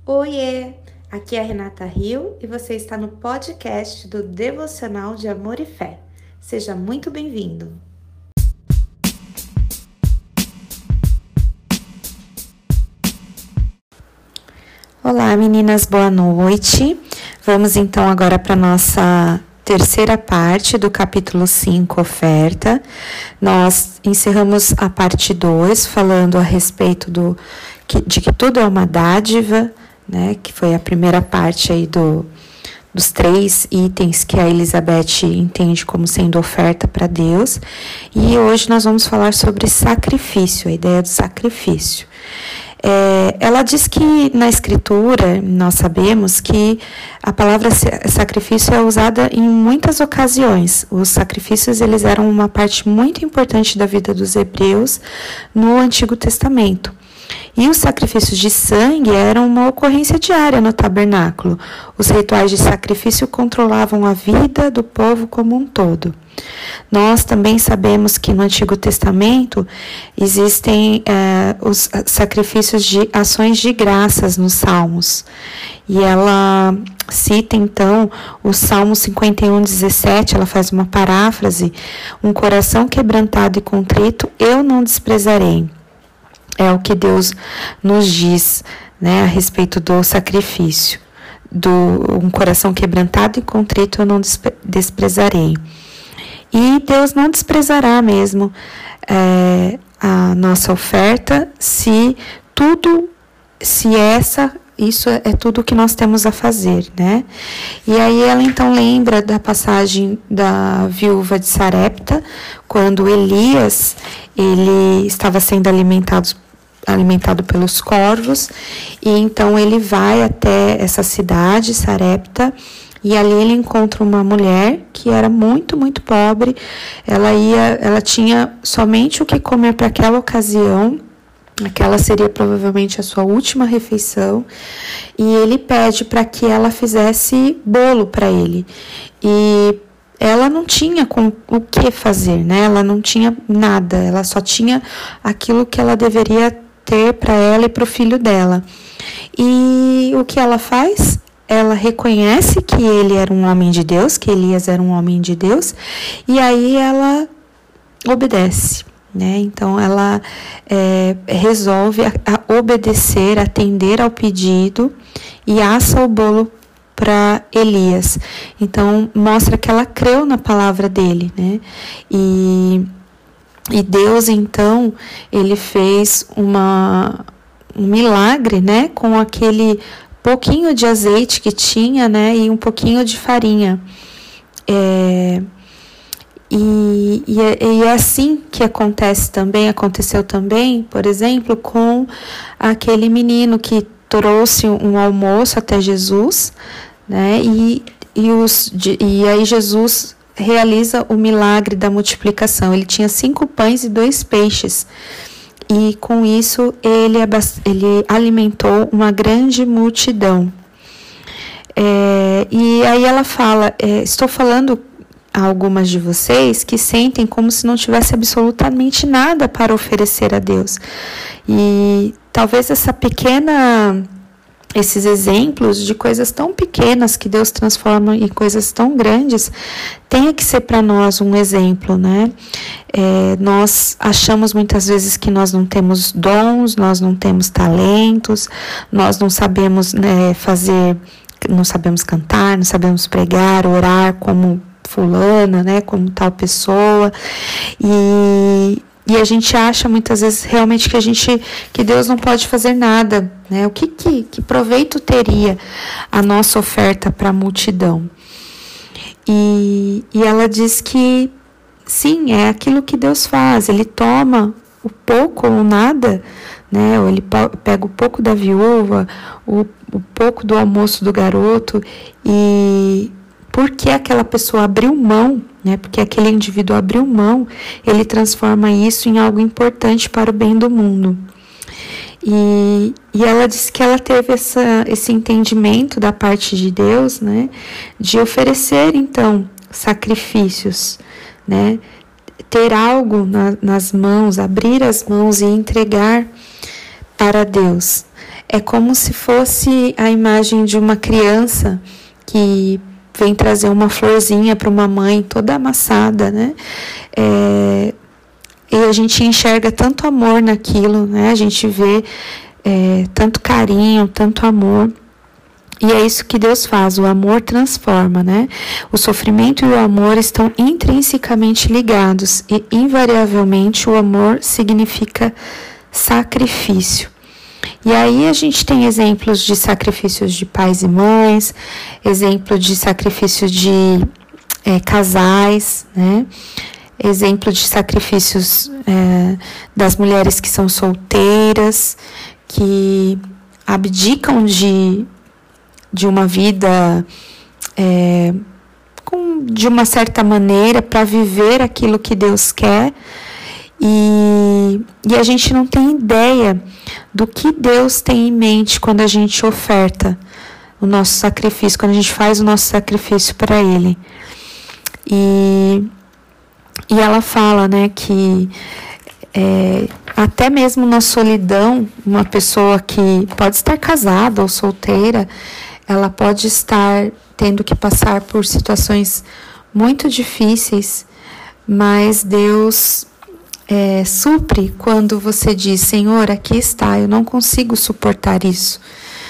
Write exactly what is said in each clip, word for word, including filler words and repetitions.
Oiê! Aqui é a Renata Rio e você está no podcast do Devocional de Amor e Fé. Seja muito bem-vindo! Olá, meninas, boa noite. Vamos então agora para a nossa terceira parte do capítulo cinco, oferta. Nós encerramos a parte dois, falando a respeito do, que, de que tudo é uma dádiva, né, que foi a primeira parte aí do, dos três itens que a Elizabeth entende como sendo oferta para Deus. E hoje nós vamos falar sobre sacrifício, a ideia do sacrifício. É, ela diz que na escritura, nós sabemos que a palavra sacrifício é usada em muitas ocasiões. Os sacrifícios eles eram uma parte muito importante da vida dos hebreus no Antigo Testamento. E os sacrifícios de sangue eram uma ocorrência diária no tabernáculo. Os rituais de sacrifício controlavam a vida do povo como um todo. Nós também sabemos que no Antigo Testamento existem eh, os sacrifícios de ações de graças nos Salmos. E ela cita então o Salmo cinquenta e um, dezessete, ela faz uma paráfrase: um coração quebrantado e contrito eu não desprezarei. É o que Deus nos diz, né, a respeito do sacrifício. Do um coração quebrantado e contrito eu não desprezarei. E Deus não desprezará mesmo é, a nossa oferta se tudo, se essa, isso é, é tudo que nós temos a fazer, né? E aí ela então lembra da passagem da viúva de Sarepta, quando Elias, ele estava sendo alimentado alimentado pelos corvos, e então ele vai até essa cidade, Sarepta, e ali ele encontra uma mulher que era muito, muito pobre. Ela ia, ela tinha somente o que comer para aquela ocasião. Aquela seria provavelmente a sua última refeição. E ele pede para que ela fizesse bolo para ele. E ela não tinha com o que fazer, né? Ela não tinha nada. Ela só tinha aquilo que ela deveria ter para ela e para o filho dela. E o que ela faz? Ela reconhece que ele era um homem de Deus, que Elias era um homem de Deus, e aí ela obedece, né? Então ela é, resolve a, a obedecer, atender ao pedido e assa o bolo para Elias. Então mostra que ela creu na palavra dele, né? E, e Deus então ele fez uma, um milagre, né? Com aquele pouquinho de azeite que tinha, né, e um pouquinho de farinha. É, e, e, é, e é assim que acontece também, aconteceu também, por exemplo, com aquele menino que trouxe um almoço até Jesus, né, e, e, os, de, e aí Jesus realiza o milagre da multiplicação. Ele tinha cinco pães e dois peixes. E com isso ele, ele alimentou uma grande multidão. É, e aí ela fala, é, estou falando a algumas de vocês que sentem como se não tivesse absolutamente nada para oferecer a Deus. E talvez essa pequena, esses exemplos de coisas tão pequenas que Deus transforma em coisas tão grandes, tenha que ser para nós um exemplo, né? É, nós achamos muitas vezes que nós não temos dons, nós não temos talentos, nós não sabemos, né, fazer, não sabemos cantar, não sabemos pregar, orar como fulana, né, como tal pessoa, e, e a gente acha muitas vezes realmente que a gente, que Deus não pode fazer nada, né? O que, que, que proveito teria a nossa oferta para a multidão? E, e ela diz que sim, é aquilo que Deus faz. Ele toma o pouco ou nada, né? Ou ele pega o pouco da viúva, o, o pouco do almoço do garoto, e porque aquela pessoa abriu mão, né? Porque aquele indivíduo abriu mão, ele transforma isso em algo importante para o bem do mundo. E, e ela disse que ela teve essa, esse entendimento da parte de Deus, né? De oferecer, então, sacrifícios, né? Ter algo na, nas mãos, abrir as mãos e entregar para Deus. é como se fosse a imagem de uma criança que vem trazer uma florzinha para uma mãe toda amassada, né? É, e a gente enxerga tanto amor naquilo, né? A gente vê é, tanto carinho, tanto amor. E é isso que Deus faz, o amor transforma, né? O sofrimento e o amor estão intrinsecamente ligados e, invariavelmente, o amor significa sacrifício. E aí a gente tem exemplos de sacrifícios de pais e mães, exemplo de sacrifício de é, casais, né? Exemplo de sacrifícios é, das mulheres que são solteiras, que abdicam de, de uma vida é, com, de uma certa maneira para viver aquilo que Deus quer. E, e a gente não tem ideia do que Deus tem em mente quando a gente oferta o nosso sacrifício, quando a gente faz o nosso sacrifício para Ele. E, e ela fala, né, que é, até mesmo na solidão, uma pessoa que pode estar casada ou solteira, ela pode estar tendo que passar por situações muito difíceis, mas Deus É, supre quando você diz: Senhor, aqui está, eu não consigo suportar isso.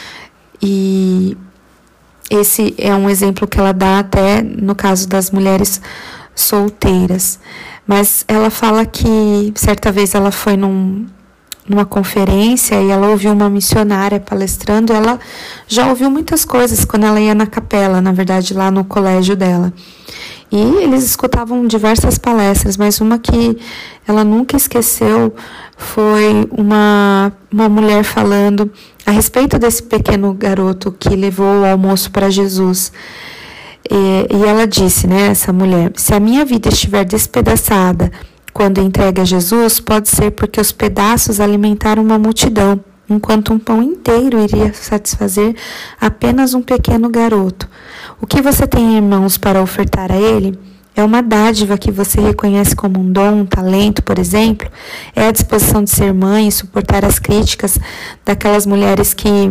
E esse é um exemplo que ela dá até no caso das mulheres solteiras. Mas ela fala que certa vez ela foi num, numa conferência e ela ouviu uma missionária palestrando. Ela já ouviu muitas coisas quando ela ia na capela, na verdade lá no colégio dela. E eles escutavam diversas palestras, mas uma que ela nunca esqueceu foi uma, uma mulher falando a respeito desse pequeno garoto que levou o almoço para Jesus. E, e ela disse, né, essa mulher: se a minha vida estiver despedaçada quando entregue a Jesus, pode ser porque os pedaços alimentaram uma multidão, enquanto um pão inteiro iria satisfazer apenas um pequeno garoto. O que você tem em mãos para ofertar a Ele é uma dádiva que você reconhece como um dom, um talento, por exemplo. É a disposição de ser mãe e suportar as críticas daquelas mulheres que,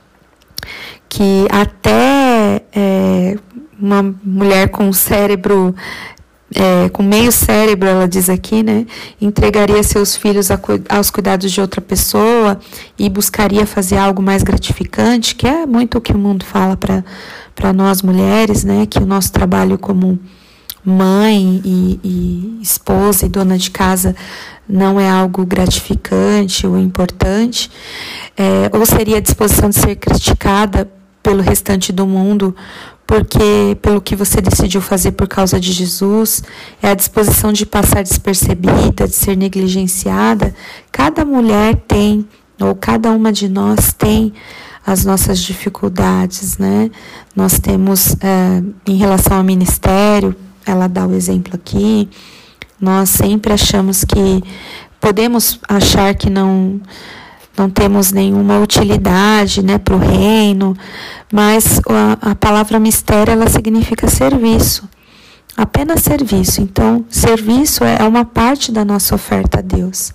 que até é, uma mulher com cérebro... É, com meio cérebro, ela diz aqui, né, entregaria seus filhos a, aos cuidados de outra pessoa e buscaria fazer algo mais gratificante, que é muito o que o mundo fala para para nós mulheres, né, que o nosso trabalho como mãe e, e esposa e dona de casa não é algo gratificante ou importante, é, ou seria a disposição de ser criticada pelo restante do mundo, porque pelo que você decidiu fazer por causa de Jesus, é a disposição de passar despercebida, de ser negligenciada. Cada mulher tem, ou cada uma de nós tem as nossas dificuldades, né? Nós temos, é, em relação ao ministério, ela dá o exemplo aqui, nós sempre achamos que, podemos achar que não... não temos nenhuma utilidade, né, para o reino, mas a, a palavra mistério, ela significa serviço, apenas serviço. Então, serviço é uma parte da nossa oferta a Deus.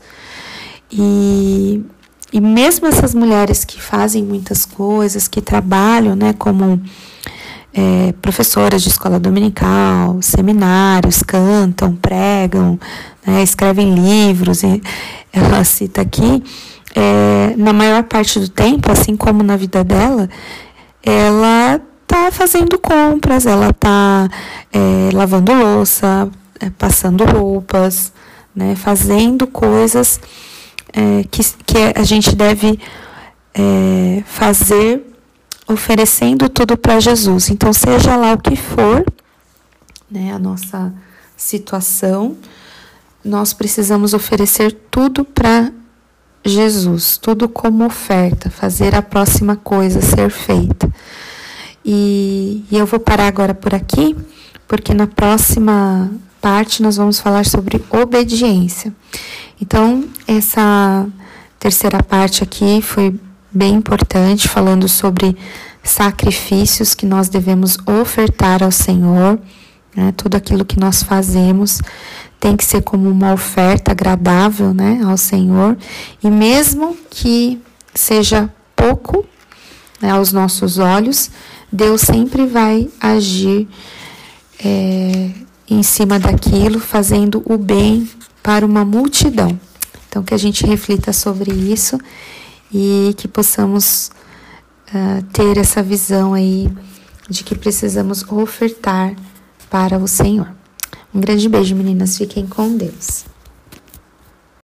E, e mesmo essas mulheres que fazem muitas coisas, que trabalham, né, como é, professoras de escola dominical, seminários, cantam, pregam, né, escrevem livros, e ela cita aqui, É, na maior parte do tempo, assim como na vida dela, ela está fazendo compras, ela está é, lavando louça, é, passando roupas, né, fazendo coisas é, que, que a gente deve é, fazer oferecendo tudo para Jesus. Então, seja lá o que for, né, a nossa situação, nós precisamos oferecer tudo para Jesus, tudo como oferta, fazer a próxima coisa ser feita. E, e eu vou parar agora por aqui, porque na próxima parte nós vamos falar sobre obediência. Então, essa terceira parte aqui foi bem importante, falando sobre sacrifícios que nós devemos ofertar ao Senhor, né? Tudo aquilo que nós fazemos tem que ser como uma oferta agradável, né, ao Senhor, e mesmo que seja pouco, né, aos nossos olhos, Deus sempre vai agir é, em cima daquilo, fazendo o bem para uma multidão. Então, que a gente reflita sobre isso e que possamos uh, ter essa visão aí de que precisamos ofertar para o Senhor. Um grande beijo, meninas. Fiquem com Deus.